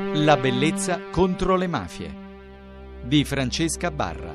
La bellezza contro le mafie di Francesca Barra.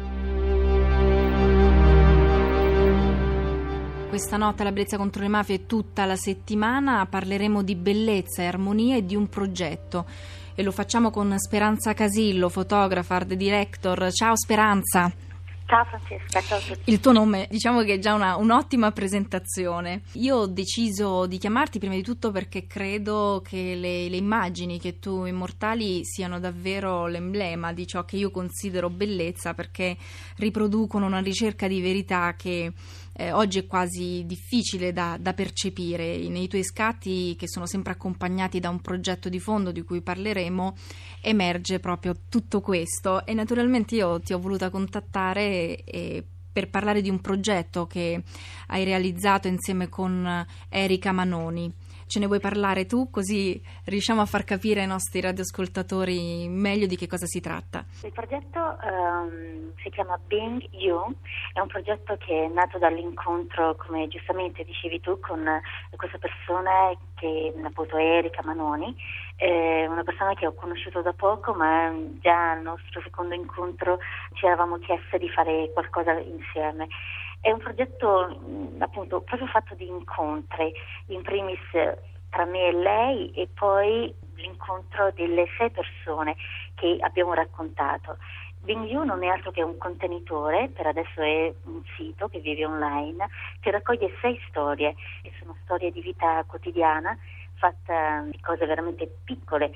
Questa notte La bellezza contro le mafie, tutta la settimana parleremo di bellezza e armonia e di un progetto. E lo facciamo con Speranza Casillo, fotografa, art director. Ciao Speranza. Ciao Francesca, ciao a tutti. Il tuo nome, diciamo che è già un'ottima presentazione. Io ho deciso di chiamarti prima di tutto perché credo che le immagini che tu immortali siano davvero l'emblema di ciò che io considero bellezza, perché riproducono una ricerca di verità che oggi è quasi difficile da percepire. Nei tuoi scatti, che sono sempre accompagnati da un progetto di fondo di cui parleremo, emerge proprio tutto questo. E naturalmente io ti ho voluta contattare per parlare di un progetto che hai realizzato insieme con Erika Manoni. Ce ne vuoi parlare tu, così riusciamo a far capire ai nostri radioascoltatori meglio di che cosa si tratta? Il progetto si chiama Being You, è un progetto che è nato dall'incontro, come giustamente dicevi tu, con questa persona che appunto è Erika Manoni, una persona che ho conosciuto da poco, ma già al nostro secondo incontro ci eravamo chieste di fare qualcosa insieme. È un progetto appunto proprio fatto di incontri, in primis tra me e lei, e poi l'incontro delle 6 persone che abbiamo raccontato. Being You non è altro che un contenitore, per adesso è un sito che vive online, che raccoglie 6 storie, che sono storie di vita quotidiana, fatta di cose veramente piccole,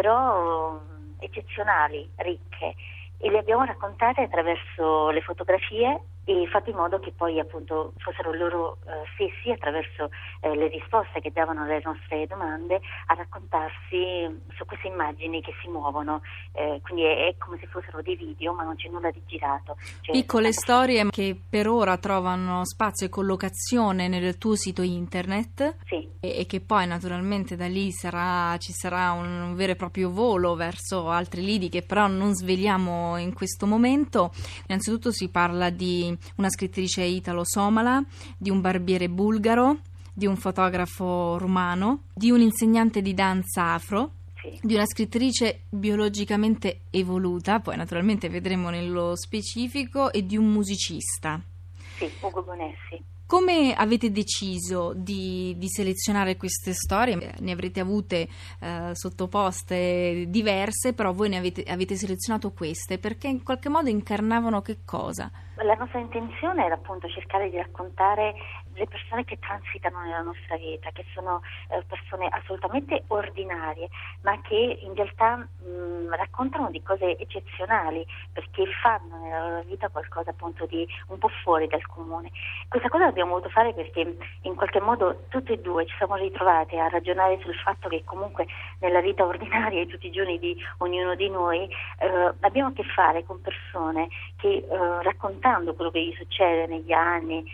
però eccezionali, ricche, e le abbiamo raccontate attraverso le fotografie e fatto in modo che poi appunto fossero loro stessi, attraverso le risposte che davano alle nostre domande, a raccontarsi su queste immagini che si muovono, quindi è come se fossero dei video, ma non c'è nulla di girato. Piccole storie che per ora trovano spazio e collocazione nel tuo sito internet. Sì. E che poi naturalmente da lì ci sarà un vero e proprio volo verso altri lidi che però non sveliamo in questo momento. Innanzitutto si parla di una scrittrice italo-somala, di un barbiere bulgaro, di un fotografo rumano, di un insegnante di danza afro, sì, di una scrittrice biologicamente evoluta, poi naturalmente vedremo nello specifico, e di un musicista. Sì, Ugo Bonessi. Come avete deciso di selezionare queste storie? Ne avrete avute sottoposte diverse, però voi ne avete selezionato queste perché in qualche modo incarnavano che cosa? La nostra intenzione era appunto cercare di raccontare le persone che transitano nella nostra vita, che sono persone assolutamente ordinarie, ma che in realtà raccontano di cose eccezionali, perché fanno nella loro vita qualcosa appunto di un po' fuori dal comune. Questa cosa l'abbiamo voluto fare perché in qualche modo tutte e due ci siamo ritrovate a ragionare sul fatto che comunque nella vita ordinaria di tutti i giorni di ognuno di noi abbiamo a che fare con persone che raccontando quello che gli succede negli anni,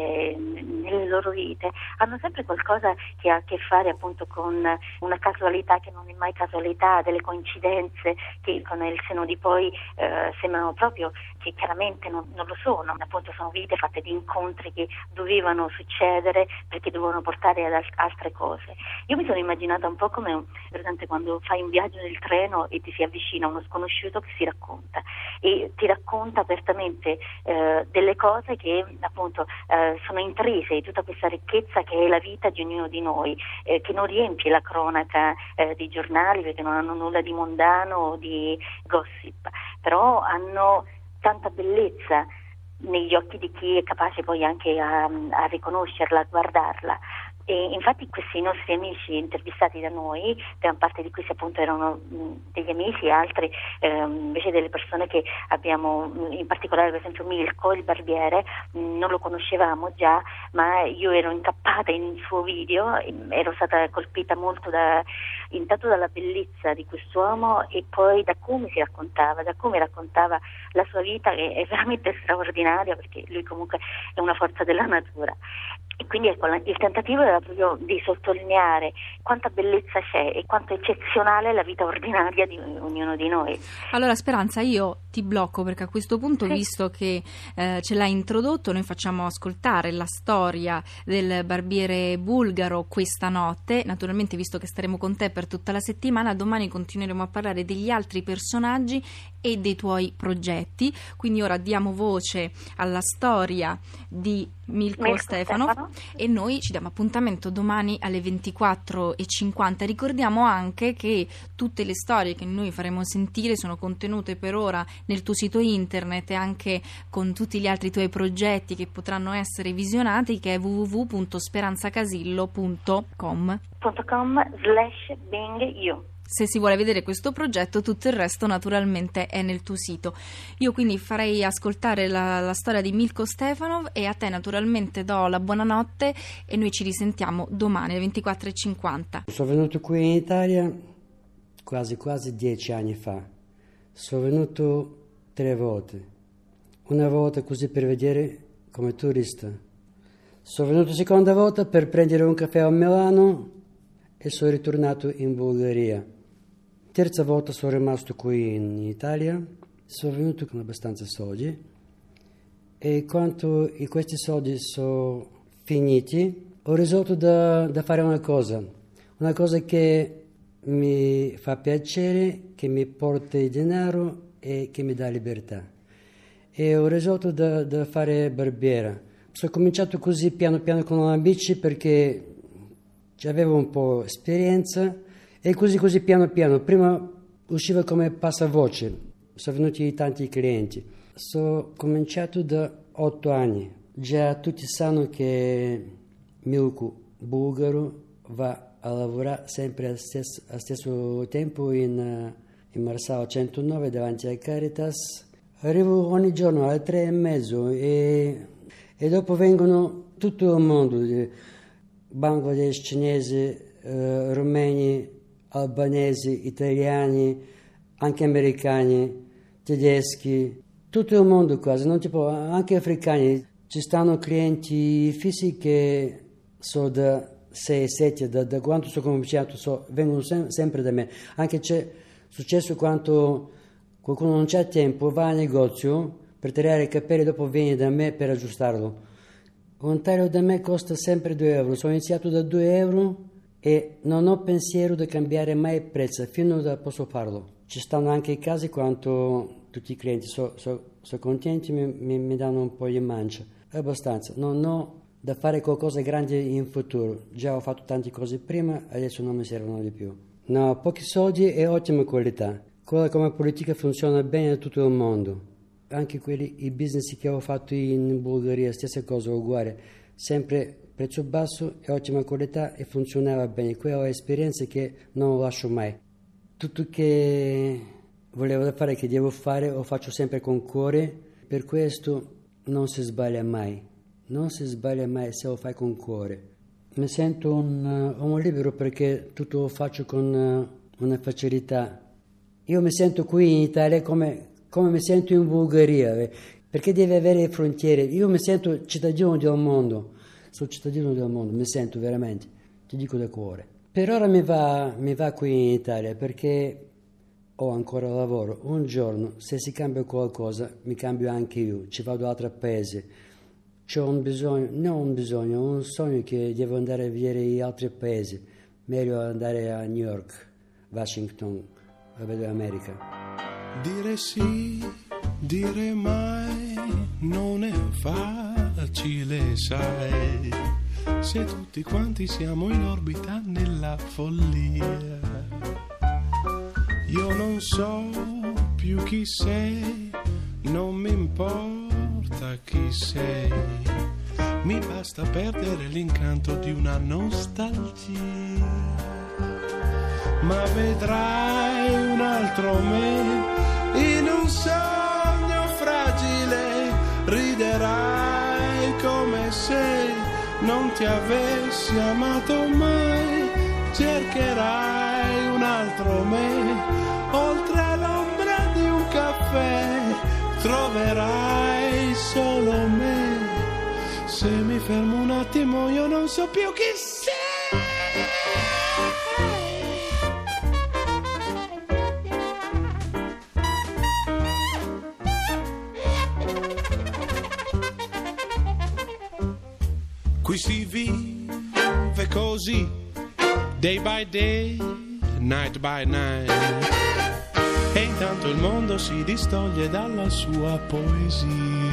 nelle loro vite, hanno sempre qualcosa che ha a che fare appunto con una casualità che non è mai casualità, delle coincidenze che con il senno di poi sembrano proprio che chiaramente non lo sono, appunto sono vite fatte di incontri che dovevano succedere perché dovevano portare ad altre cose. Io mi sono immaginata un po' come presente quando fai un viaggio nel treno e ti si avvicina uno sconosciuto che si racconta e ti racconta apertamente delle cose che appunto sono intrise di tutta questa ricchezza che è la vita di ognuno di noi, che non riempie la cronaca dei giornali perché non hanno nulla di mondano o di gossip, però hanno tanta bellezza negli occhi di chi è capace poi anche a riconoscerla, a guardarla. E infatti questi nostri amici intervistati da noi, gran parte di questi appunto erano degli amici e altri invece delle persone che abbiamo, in particolare per esempio Milko, il barbiere, non lo conoscevamo già, ma io ero incappata in suo video, ero stata colpita molto intanto dalla bellezza di quest'uomo e poi da come si raccontava, da come raccontava la sua vita, che è veramente straordinaria perché lui comunque è una forza della natura. E quindi ecco, il tentativo era proprio di sottolineare quanta bellezza c'è e quanto è eccezionale la vita ordinaria di ognuno di noi. Allora Speranza, io ti blocco perché a questo punto, sì, visto che ce l'hai introdotto, noi facciamo ascoltare la storia del barbiere bulgaro questa notte. Naturalmente, visto che staremo con te, per tutta la settimana. Domani continueremo a parlare degli altri personaggi e dei tuoi progetti, quindi ora diamo voce alla storia di Milko Stefanov e noi ci diamo appuntamento domani alle 24:50. Ricordiamo anche che tutte le storie che noi faremo sentire sono contenute per ora nel tuo sito internet e anche con tutti gli altri tuoi progetti che potranno essere visionati, che è www.speranzacasillo.com/being-you. Se si vuole vedere questo progetto, tutto il resto naturalmente è nel tuo sito. Io quindi farei ascoltare la storia di Milko Stefanov e a te naturalmente do la buonanotte e noi ci risentiamo domani alle 24:50. Sono venuto qui in Italia quasi 10 anni fa. Sono venuto 3 volte. Una volta così per vedere come turista. Sono venuto seconda volta per prendere un caffè a Milano e sono ritornato in Bulgaria. Terza volta sono rimasto qui in Italia, sono venuto con abbastanza soldi e quando questi soldi sono finiti ho risolto da fare una cosa che mi fa piacere, che mi porta il denaro e che mi dà libertà. E ho risolto da fare barbiera. Sono cominciato così piano piano con la bici perché avevo un po' esperienza e così piano piano. Prima usciva come passavoce, sono venuti tanti clienti. Sono cominciato da 8 anni. Già tutti sanno che Milko bulgaro va a lavorare sempre allo stesso tempo in Marsala 109 davanti a Caritas. Arrivo ogni giorno alle 3:30 e dopo vengono tutto il mondo. Bangladesh, cinesi, rumeni, albanesi, italiani, anche americani, tedeschi, tutto il mondo quasi, non tipo, anche africani. Ci stanno clienti fissi che sono da 6-7, da quando sono cominciato, vengono sempre da me. Anche c'è successo quando qualcuno non c'ha tempo, va al negozio per tagliare i capelli, dopo viene da me per aggiustarlo. Un taglio da me costa sempre 2 euro. Sono iniziato da 2 euro e non ho pensiero di cambiare mai il prezzo fino a posso farlo. Ci stanno anche i casi quando tutti i clienti sono contenti, mi danno un po' di mancia. Abbastanza. Non ho da fare qualcosa grande in futuro. Già ho fatto tante cose prima, adesso non mi servono di più. No, pochi soldi e ottima qualità. Quella come politica funziona bene in tutto il mondo. Anche i business che ho fatto in Bulgaria, stessa cosa, uguale, sempre prezzo basso e ottima qualità e funzionava bene. Qui ho esperienze che non lascio mai. Tutto che volevo fare, che devo fare, lo faccio sempre con cuore, per questo non si sbaglia mai. Non si sbaglia mai se lo fai con cuore. Mi sento un libero perché tutto lo faccio con una facilità. Io mi sento qui in Italia come mi sento in Bulgaria, perché deve avere frontiere. Io mi sento cittadino del mondo, sono cittadino del mondo, mi sento veramente, ti dico da cuore. Per ora mi va qui in Italia perché ho ancora lavoro. Un giorno, se si cambia qualcosa, mi cambio anche io, ci vado ad altri paesi. C'ho un sogno che devo andare a vedere gli altri paesi. Meglio andare a New York, Washington, a vedere l'America. Dire sì, dire mai, non è facile, sai, se tutti quanti siamo in orbita nella follia. Io non so più chi sei, non mi importa chi sei, mi basta perdere l'incanto di una nostalgia. Ma vedrai un altro me in un sogno fragile, riderai come se non ti avessi amato mai, cercherai un altro me oltre l'ombra di un caffè, troverai solo me. Se mi fermo un attimo io non so più chi sei. Qui si vive così, day by day, night by night. E intanto il mondo si distoglie dalla sua poesia.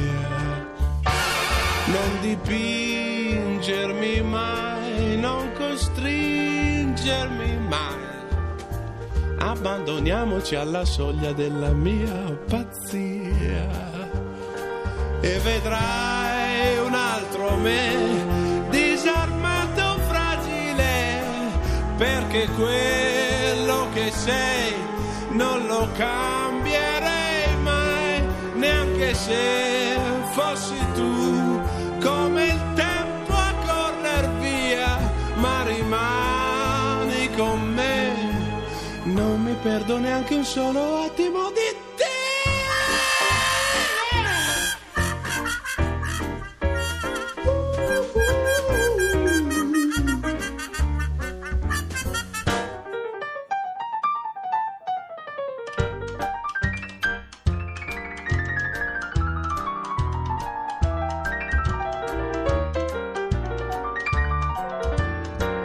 Non dipingermi mai, non costringermi mai. Abbandoniamoci alla soglia della mia pazzia. E vedrai un altro me, disarmato, fragile, perché quello che sei non lo cambierei mai, neanche se fossi tu, come il tempo a correr via, ma rimani con me, non mi perdo neanche un solo attimo di te.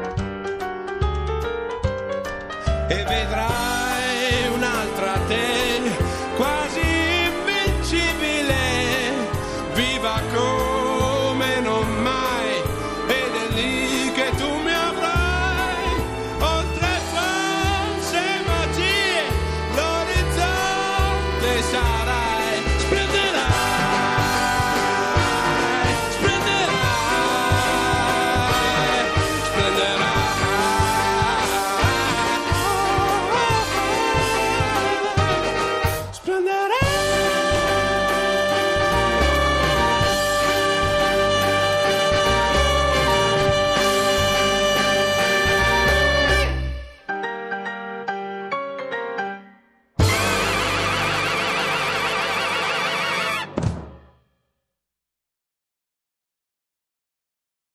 E vedrai un'altra te